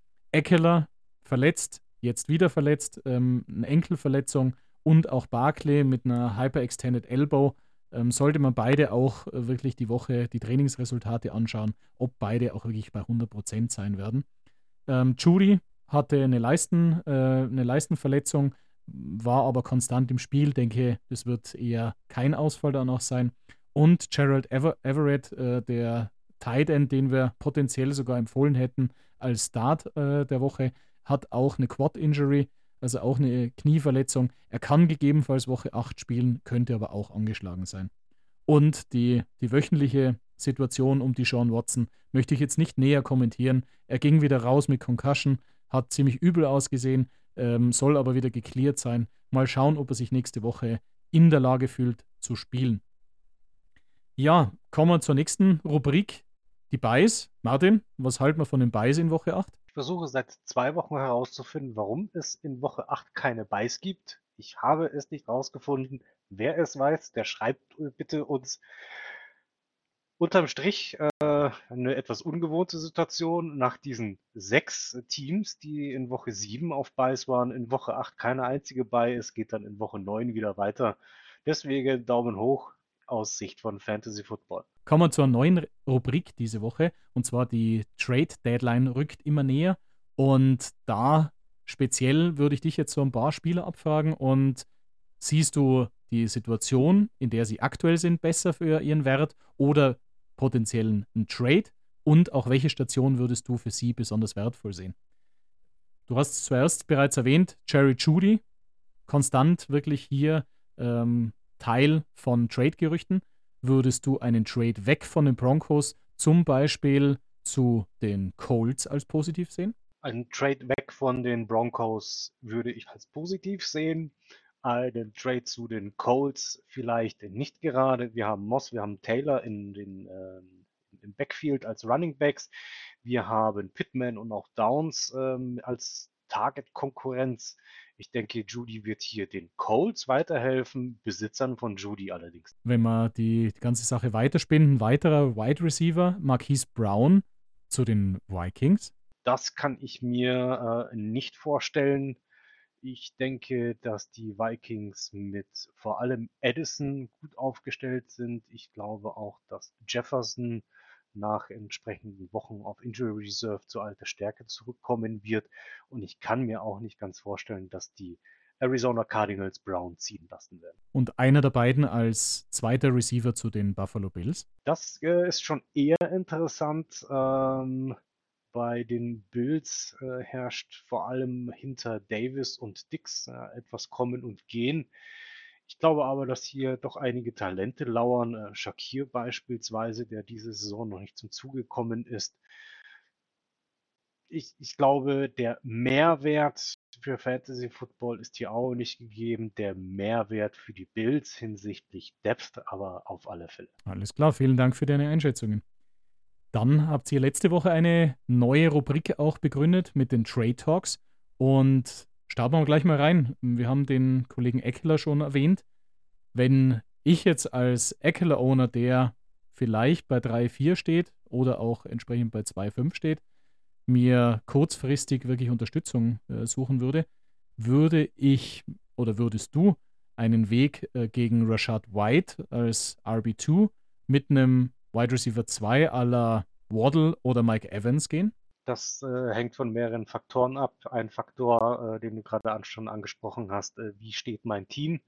A: Ekeler verletzt, jetzt wieder verletzt, ähm, eine Enkelverletzung und auch Barkley mit einer Hyperextended Elbow. Ähm, sollte man beide auch äh, wirklich die Woche die Trainingsresultate anschauen, ob beide auch wirklich bei hundert Prozent sein werden. Ähm, Judy hatte eine, Leisten, äh, eine Leistenverletzung, war aber konstant im Spiel. Denke, das wird eher kein Ausfall danach sein. Und Gerald Ever Everett, äh, der Tight End, den wir potenziell sogar empfohlen hätten als Start äh, der Woche, hat auch eine Quad-Injury, also auch eine Knieverletzung. Er kann gegebenenfalls Woche acht spielen, könnte aber auch angeschlagen sein. Und die, die wöchentliche Situation um die Sean Watson möchte ich jetzt nicht näher kommentieren. Er ging wieder raus mit Concussion, hat ziemlich übel ausgesehen, ähm, soll aber wieder geklärt sein. Mal schauen, ob er sich nächste Woche in der Lage fühlt zu spielen. Ja, kommen wir zur nächsten Rubrik, die Buys. Martin, was halten wir von den Buys in Woche acht?
B: Ich versuche seit zwei Wochen herauszufinden, warum es in Woche acht keine Buys gibt. Ich habe es nicht rausgefunden. Wer es weiß, der schreibt bitte uns. Unterm Strich äh, eine etwas ungewohnte Situation nach diesen sechs Teams, die in Woche sieben auf Buys waren, in Woche acht keine einzige Buy. Es geht dann in Woche neun wieder weiter. Deswegen Daumen hoch aus Sicht von Fantasy Football.
A: Kommen wir zur neuen Rubrik diese Woche, und zwar die Trade Deadline rückt immer näher, und da speziell würde ich dich jetzt so ein paar Spieler abfragen, und siehst du die Situation, in der sie aktuell sind, besser für ihren Wert oder potenziell einen Trade, und auch welche Station würdest du für sie besonders wertvoll sehen? Du hast zuerst bereits erwähnt, Jerry Jeudy, konstant wirklich hier ähm, Teil von Trade-Gerüchten. Würdest du einen Trade weg von den Broncos zum Beispiel zu den Colts als positiv sehen?
B: Ein Trade weg von den Broncos würde ich als positiv sehen. Einen Trade zu den Colts vielleicht nicht gerade. Wir haben Moss, wir haben Taylor in den, ähm, im Backfield als Running Backs. Wir haben Pittman und auch Downs ähm, als Target-Konkurrenz. Ich denke, Jeudy wird hier den Colts weiterhelfen, Besitzern von Jeudy allerdings.
A: Wenn wir die, die ganze Sache weiterspinnen, ein weiterer Wide Receiver, Marquise Brown zu den Vikings.
B: Das kann ich mir äh, nicht vorstellen. Ich denke, dass die Vikings mit vor allem Addison gut aufgestellt sind. Ich glaube auch, dass Jefferson nach entsprechenden Wochen auf Injury Reserve zu alter Stärke zurückkommen wird. Und ich kann mir auch nicht ganz vorstellen, dass die Arizona Cardinals Brown ziehen lassen werden.
A: Und einer der beiden als zweiter Receiver zu den Buffalo Bills.
B: Das äh, ist schon eher interessant. Ähm, bei den Bills äh, herrscht vor allem hinter Davis und Dix äh, etwas Kommen und Gehen. Ich glaube aber, dass hier doch einige Talente lauern. Äh, Shakir beispielsweise, der diese Saison noch nicht zum Zuge gekommen ist. Ich, ich glaube, der Mehrwert für Fantasy Football ist hier auch nicht gegeben. Der Mehrwert für die Bills hinsichtlich Depth aber auf alle Fälle.
A: Alles klar, vielen Dank für deine Einschätzungen. Dann habt ihr letzte Woche eine neue Rubrik auch begründet mit den Trade Talks, und starten wir gleich mal rein. Wir haben den Kollegen Eckler schon erwähnt. Wenn ich jetzt als Eckler-Owner, der vielleicht bei drei vier steht oder auch entsprechend bei zwei fünf steht, mir kurzfristig wirklich Unterstützung äh, suchen würde, würde ich oder würdest du einen Weg äh, gegen Rashad White als R B zwei mit einem Wide Receiver zwei à la Waddle oder Mike Evans gehen?
B: Das äh, hängt von mehreren Faktoren ab. Ein Faktor, äh, den du gerade an, schon angesprochen hast, äh, wie steht mein Team?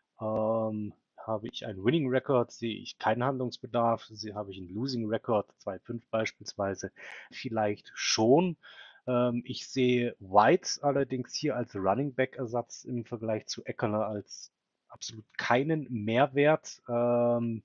B: Ähm, habe ich einen Winning Record, sehe ich keinen Handlungsbedarf, sehe, habe ich einen Losing Record, zwei fünf beispielsweise, vielleicht schon. Ähm, ich sehe White allerdings hier als Running Back Ersatz im Vergleich zu Eckler als absolut keinen Mehrwert. Ähm,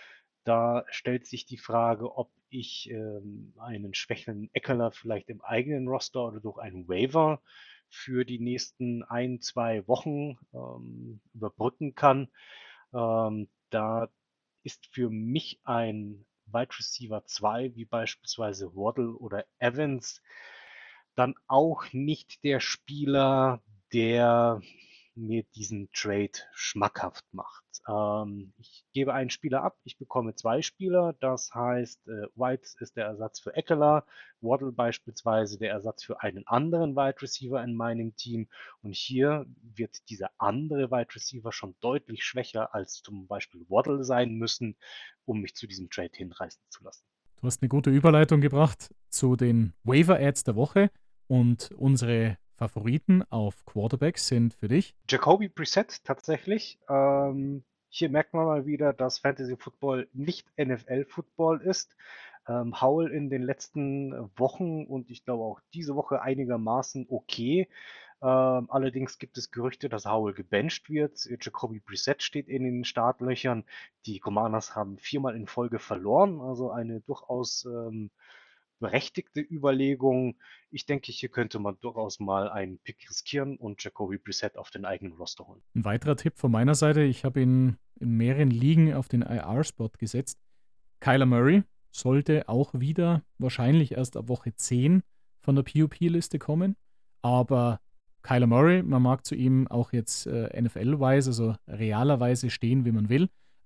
B: da stellt sich die Frage, ob ich ähm, einen schwächeren Eckler vielleicht im eigenen Roster oder durch einen Waiver für die nächsten ein, zwei Wochen ähm, überbrücken kann. Ähm, da ist für mich ein Wide Receiver zwei, wie beispielsweise Waddle oder Evans, dann auch nicht der Spieler, der mir diesen Trade schmackhaft macht. Ähm, ich gebe einen Spieler ab, ich bekomme zwei Spieler. Das heißt, äh, White ist der Ersatz für Eckler, Waddle beispielsweise der Ersatz für einen anderen Wide Receiver in meinem Team. Und hier wird dieser andere Wide Receiver schon deutlich schwächer als zum Beispiel Waddle sein müssen, um mich zu diesem Trade hinreißen zu lassen.
A: Du hast eine gute Überleitung gebracht zu den Waiver-Ads der Woche, und unsere Favoriten auf Quarterbacks sind für dich
B: Jacoby Brissett tatsächlich. Ähm, hier merkt man mal wieder, dass Fantasy Football nicht N F L Football ist. Ähm, Howell in den letzten Wochen und ich glaube auch diese Woche einigermaßen okay. Ähm, allerdings gibt es Gerüchte, dass Howell gebencht wird. Jacoby Brissett steht in den Startlöchern. Die Commanders haben viermal in Folge verloren, also eine durchaus ähm, berechtigte Überlegung. Ich denke, hier könnte man durchaus mal einen Pick riskieren und Jacoby Brissett auf den eigenen Roster holen.
A: ein weiterer Tipp von meiner Seite. Ich habe ihn in mehreren Ligen auf den I R-Spot gesetzt. Kyler Murray sollte auch wieder wahrscheinlich erst ab Woche zehn von der P U P-Liste kommen. Aber Kyler Murray, man mag zu ihm auch jetzt äh, N F L-weise, also realerweise stehen, wie man will.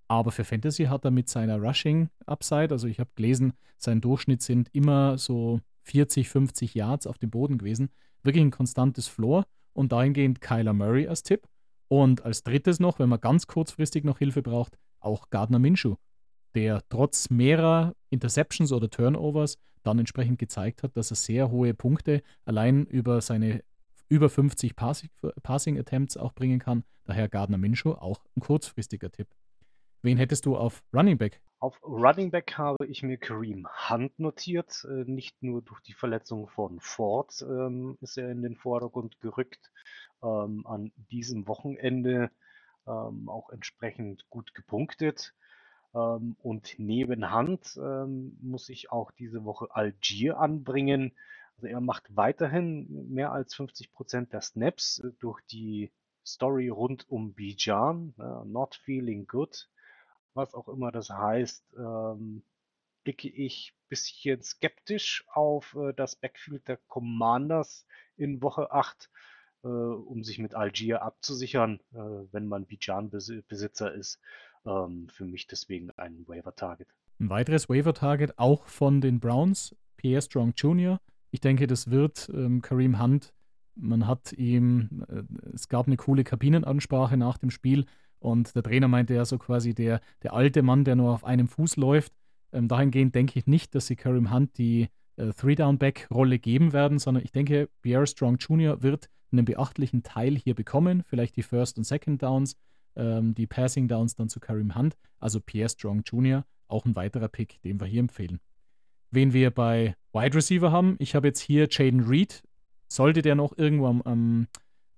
A: Aber für Fantasy hat er mit seiner Rushing-Upside, also ich habe gelesen, sein Durchschnitt sind immer so vierzig, fünfzig Yards auf dem Boden gewesen. Wirklich ein konstantes Floor und dahingehend Kyler Murray als Tipp. Und als drittes noch, wenn man ganz kurzfristig noch Hilfe braucht, auch Gardner Minshew, der trotz mehrerer Interceptions oder Turnovers dann entsprechend gezeigt hat, dass er sehr hohe Punkte allein über seine über fünfzig Passing, Passing Attempts auch bringen kann. Daher Gardner Minshew auch ein kurzfristiger Tipp. Wen hättest du auf Running Back?
B: Auf Running Back habe ich mir Kareem Hunt notiert. Äh, nicht nur durch die Verletzung von Ford ähm, ist er in den Vordergrund gerückt. Ähm, an diesem Wochenende ähm, auch entsprechend gut gepunktet. Ähm, und neben Hunt ähm, muss ich auch diese Woche Algier anbringen. Also er macht weiterhin mehr als fünfzig Prozent der Snaps äh, durch die Story rund um Bijan, äh, Not Feeling Good, was auch immer das heißt, ähm, blicke ich ein bisschen skeptisch auf äh, das Backfield der Commanders in Woche acht, äh, um sich mit Algier abzusichern, äh, wenn man Bijan-Besitzer ist. Ähm, für mich deswegen ein Waiver-Target.
A: Ein weiteres Waiver-Target auch von den Browns, Pierre Strong Junior Ich denke, das wird ähm, Kareem Hunt. Man hat ihm, äh, es gab eine coole Kabinenansprache nach dem Spiel und der Trainer meinte ja so quasi, der, der alte Mann, der nur auf einem Fuß läuft. Ähm, dahingehend denke ich nicht, dass sie Kareem Hunt die äh, Three-Down-Back-Rolle geben werden, sondern ich denke, Pierre Strong Junior wird einen beachtlichen Teil hier bekommen, vielleicht die First und Second Downs, ähm, die Passing Downs dann zu Kareem Hunt, also Pierre Strong Junior auch ein weiterer Pick, den wir hier empfehlen. Wen wir bei Wide Receiver haben, ich habe jetzt hier Jaden Reed. Sollte der noch irgendwo am, am,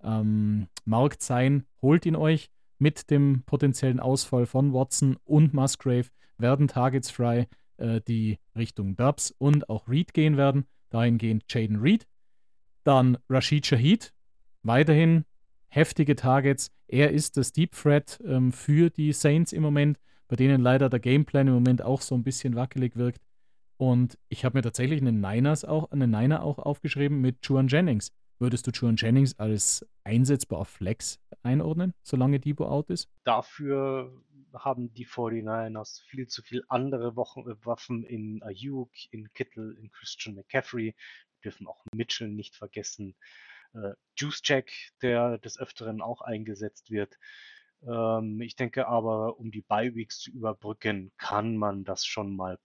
A: am Markt sein, holt ihn euch. Mit dem potenziellen Ausfall von Watson und Musgrave werden Targets frei, äh, die Richtung Dubs und auch Reed gehen werden. Dahingehend Jaden Reed. Dann Rashid Shaheed. Weiterhin heftige Targets. Er ist das Deep Threat ähm, für die Saints im Moment, bei denen leider der Gameplan im Moment auch so ein bisschen wackelig wirkt. Und ich habe mir tatsächlich einen Niners auch, einen Niner auch aufgeschrieben mit Juwan Jennings. Würdest du Juwan Jennings als einsetzbar auf Flex einordnen, solange Debo out ist?
B: Dafür haben die forty-niners viel zu viel andere Wochen, äh, Waffen in Ayuk, in Kittle, in Christian McCaffrey. Wir dürfen auch Mitchell nicht vergessen. Äh, Juicejack, der des Öfteren auch eingesetzt wird. Ähm, ich denke aber, um die Bye-Weeks zu überbrücken, kann man das schon mal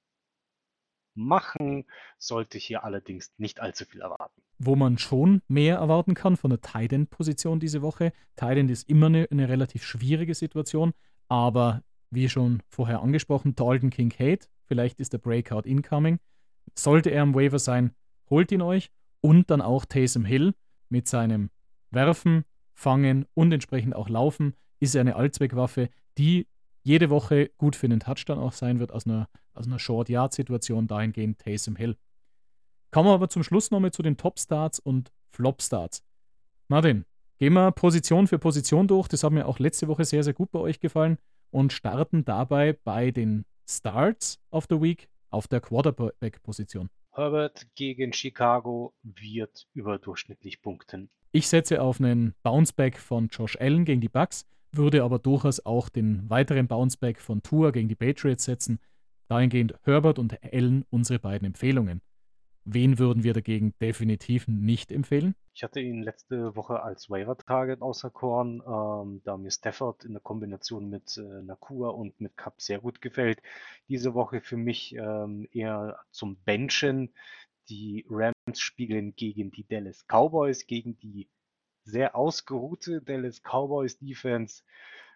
B: machen, sollte hier allerdings nicht allzu viel erwarten.
A: Wo man schon mehr erwarten kann von der Tight End-Position diese Woche. Tight End ist immer eine, eine relativ schwierige Situation, aber wie schon vorher angesprochen, Dalton Kincaid, vielleicht ist der Breakout incoming. Sollte er am Waiver sein, holt ihn euch. Und dann auch Taysom Hill mit seinem Werfen, Fangen und entsprechend auch Laufen ist er eine Allzweckwaffe, die jede Woche gut für einen Touchdown auch sein wird aus einer, aus einer Short-Yard-Situation, dahingehend Taysom Hill. Kommen wir aber zum Schluss nochmal zu den Top-Starts und Flop-Starts. Martin, gehen wir Position für Position durch. Das hat mir auch letzte Woche sehr, sehr gut bei euch gefallen und starten dabei bei den Starts of the Week auf der Quarterback-Position.
B: Herbert gegen Chicago wird überdurchschnittlich punkten.
A: Ich setze auf einen Bounceback von Josh Allen gegen die Bucks, würde aber durchaus auch den weiteren Bounceback von Tua gegen die Patriots setzen. Dahingehend Herbert und Allen unsere beiden Empfehlungen. Wen würden wir dagegen definitiv nicht empfehlen?
B: Ich hatte ihn letzte Woche als Waiver-Target auserkoren, ähm, da mir Stafford in der Kombination mit äh, Nakua und mit Cup sehr gut gefällt. Diese Woche für mich ähm, eher zum Benchen. Die Rams spielen gegen die Dallas Cowboys, gegen die sehr ausgeruhte Dallas Cowboys Defense.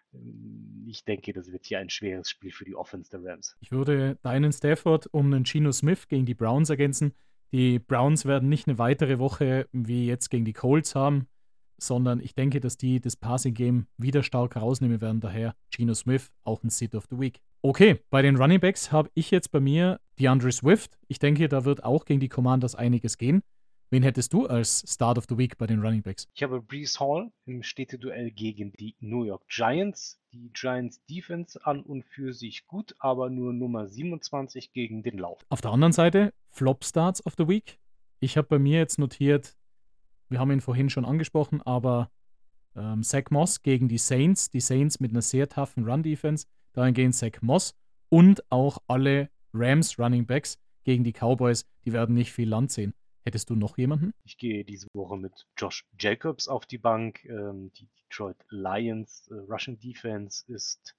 B: Ich denke, das wird hier ein schweres Spiel für die Offense der Rams.
A: Ich würde deinen Stafford um einen Geno Smith gegen die Browns ergänzen. Die Browns werden nicht eine weitere Woche wie jetzt gegen die Colts haben, sondern ich denke, dass die das Passing-Game wieder stark rausnehmen werden. Daher Geno Smith auch ein Sit of the Week. Okay, bei den Running Backs habe ich jetzt bei mir DeAndre Swift. Ich denke, da wird auch gegen die Commanders einiges gehen. Wen hättest du als Start of the Week bei den Running Backs?
B: Ich habe Breece Hall im Städteduell gegen die New York Giants. Die Giants Defense an und für sich gut, aber nur Nummer siebenundzwanzig gegen den Lauf.
A: Auf der anderen Seite Flop Starts of the Week. Ich habe bei mir jetzt notiert, wir haben ihn vorhin schon angesprochen, aber ähm, Zach Moss gegen die Saints. Die Saints mit einer sehr toughen Run-Defense. dahingehend Zach Moss und auch alle Rams Running Backs gegen die Cowboys, die werden nicht viel Land sehen. Hättest du noch jemanden?
B: Ich gehe diese Woche mit Josh Jacobs auf die Bank. Ähm, die Detroit Lions äh, Rushing Defense ist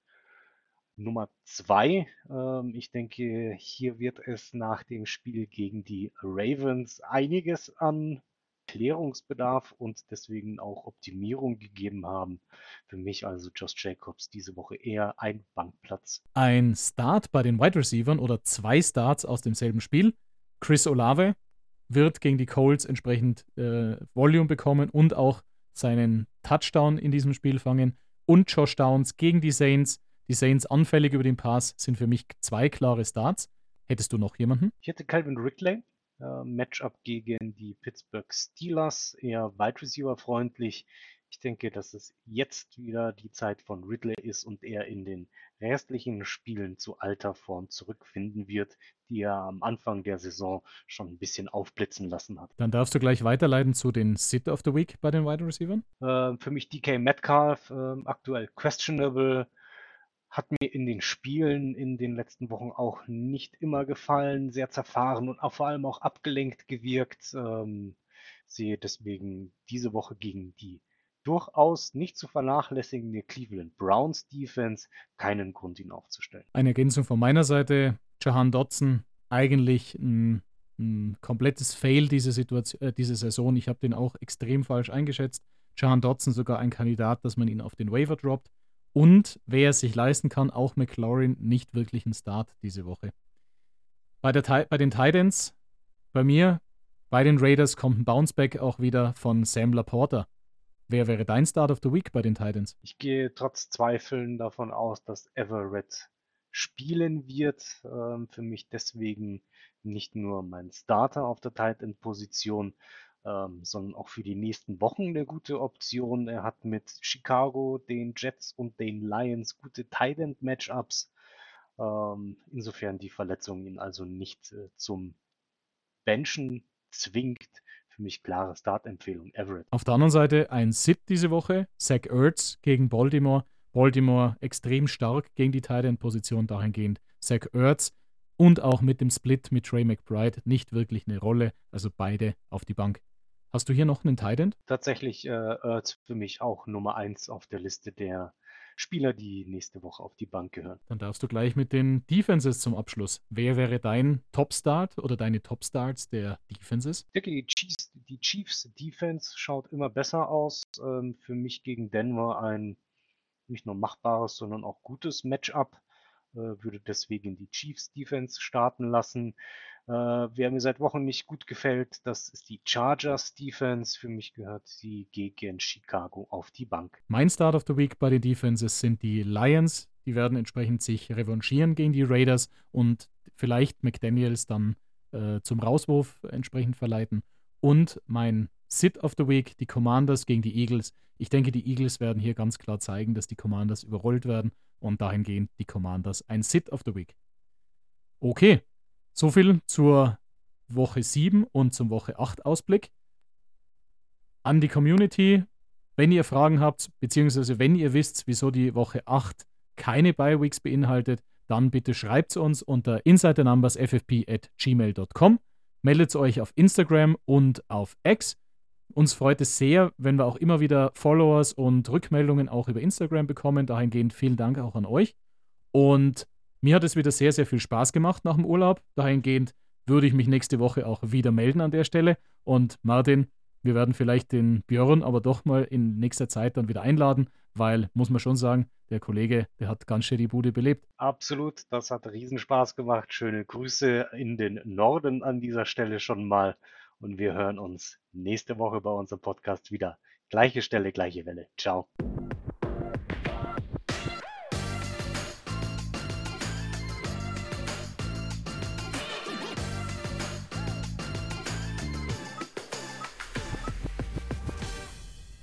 B: Nummer zwei. Ähm, ich denke, hier wird es nach dem Spiel gegen die Ravens einiges an Klärungsbedarf und deswegen auch Optimierung gegeben haben. Für mich also Josh Jacobs diese Woche eher ein Bankplatz.
A: Ein Start bei den Wide Receivern oder zwei Starts aus demselben Spiel. Chris Olave wird gegen die Colts entsprechend äh, Volume bekommen und auch seinen Touchdown in diesem Spiel fangen. Und Josh Downs gegen die Saints. Die Saints anfällig über den Pass sind für mich zwei klare Starts. Hättest du noch jemanden?
B: Ich hätte Calvin Ridley. Äh, Matchup gegen die Pittsburgh Steelers, eher Wide Receiver freundlich. Ich denke, dass es jetzt wieder die Zeit von Ridley ist und er in den restlichen Spielen zu alter Form zurückfinden wird, die er am Anfang der Saison schon ein bisschen aufblitzen lassen hat.
A: Dann darfst du gleich weiterleiten zu den Sit of the Week bei den Wide Receivers.
B: Äh, für mich D K Metcalf, äh, aktuell questionable. Hat mir in den Spielen in den letzten Wochen auch nicht immer gefallen, sehr zerfahren und auch vor allem auch abgelenkt gewirkt. Ähm, sehe deswegen diese Woche gegen die durchaus nicht zu vernachlässigende Cleveland Browns Defense keinen Grund, ihn aufzustellen.
A: Eine Ergänzung von meiner Seite: Jahan Dotson, eigentlich ein, ein komplettes Fail diese, Situation, äh, diese Saison. Ich habe den auch extrem falsch eingeschätzt. Jahan Dotson sogar ein Kandidat, dass man ihn auf den Waiver droppt. Und wer es sich leisten kann, auch McLaurin nicht wirklich ein Start diese Woche. Bei, der, bei den Titans, bei mir, bei den Raiders kommt ein Bounceback auch wieder von Sam Laporta. Wer wäre dein Start of the Week bei den Titans?
B: Ich gehe trotz Zweifeln davon aus, dass Everett spielen wird. Ähm, für mich deswegen nicht nur mein Starter auf der Tight End Position, ähm, sondern auch für die nächsten Wochen eine gute Option. Er hat mit Chicago, den Jets und den Lions gute Tight End Matchups. Ähm, insofern die Verletzung ihn also nicht äh, zum Benchen zwingt. Für mich klare Startempfehlung, Everett.
A: Auf der anderen Seite ein Sit diese Woche, Zach Ertz gegen Baltimore. Baltimore extrem stark gegen die Tight End Position dahingehend. Zach Ertz und auch mit dem Split mit Trey McBride nicht wirklich eine Rolle, also beide auf die Bank. Hast du hier noch einen Tight End?
B: Tatsächlich äh, Ertz für mich auch Nummer eins auf der Liste der Spieler, die nächste Woche auf die Bank gehören.
A: Dann darfst du gleich mit den Defenses zum Abschluss. Wer wäre dein Top-Start oder deine Top-Starts der Defenses?
B: Ich denke, die Chiefs, die Chiefs Defense schaut immer besser aus. Ähm, für mich gegen Denver ein nicht nur machbares, sondern auch gutes Matchup. Äh, würde deswegen die Chiefs Defense starten lassen. Äh, wer mir seit Wochen nicht gut gefällt, das ist die Chargers Defense. Für mich gehört sie gegen Chicago auf die Bank.
A: Mein Start of the Week bei den Defenses sind die Lions. Die werden entsprechend sich revanchieren gegen die Raiders und vielleicht McDaniels dann äh, zum Rauswurf entsprechend verleiten. Und mein Sit of the Week, die Commanders gegen die Eagles. Ich denke, die Eagles werden hier ganz klar zeigen, dass die Commanders überrollt werden und dahingehend die Commanders ein Sit of the Week. Okay, soviel zur Woche sieben und zum Woche acht Ausblick. An die Community, wenn ihr Fragen habt, beziehungsweise wenn ihr wisst, wieso die Woche acht keine Bye-Weeks beinhaltet, dann bitte schreibt es uns unter insidernumbers f f p at gmail dot com. Meldet euch auf Instagram und auf X. Uns freut es sehr, wenn wir auch immer wieder Followers und Rückmeldungen auch über Instagram bekommen. Dahingehend vielen Dank auch an euch. Und mir hat es wieder sehr, sehr viel Spaß gemacht nach dem Urlaub. Dahingehend würde ich mich nächste Woche auch wieder melden an der Stelle. Und Martin, wir werden vielleicht den Björn aber doch mal in nächster Zeit dann wieder einladen, weil, muss man schon sagen, der Kollege, der hat ganz schön die Bude belebt.
B: Absolut, das hat Riesenspaß gemacht. Schöne Grüße in den Norden an dieser Stelle schon mal. Und wir hören uns nächste Woche bei unserem Podcast wieder. Gleiche Stelle, gleiche Welle. Ciao.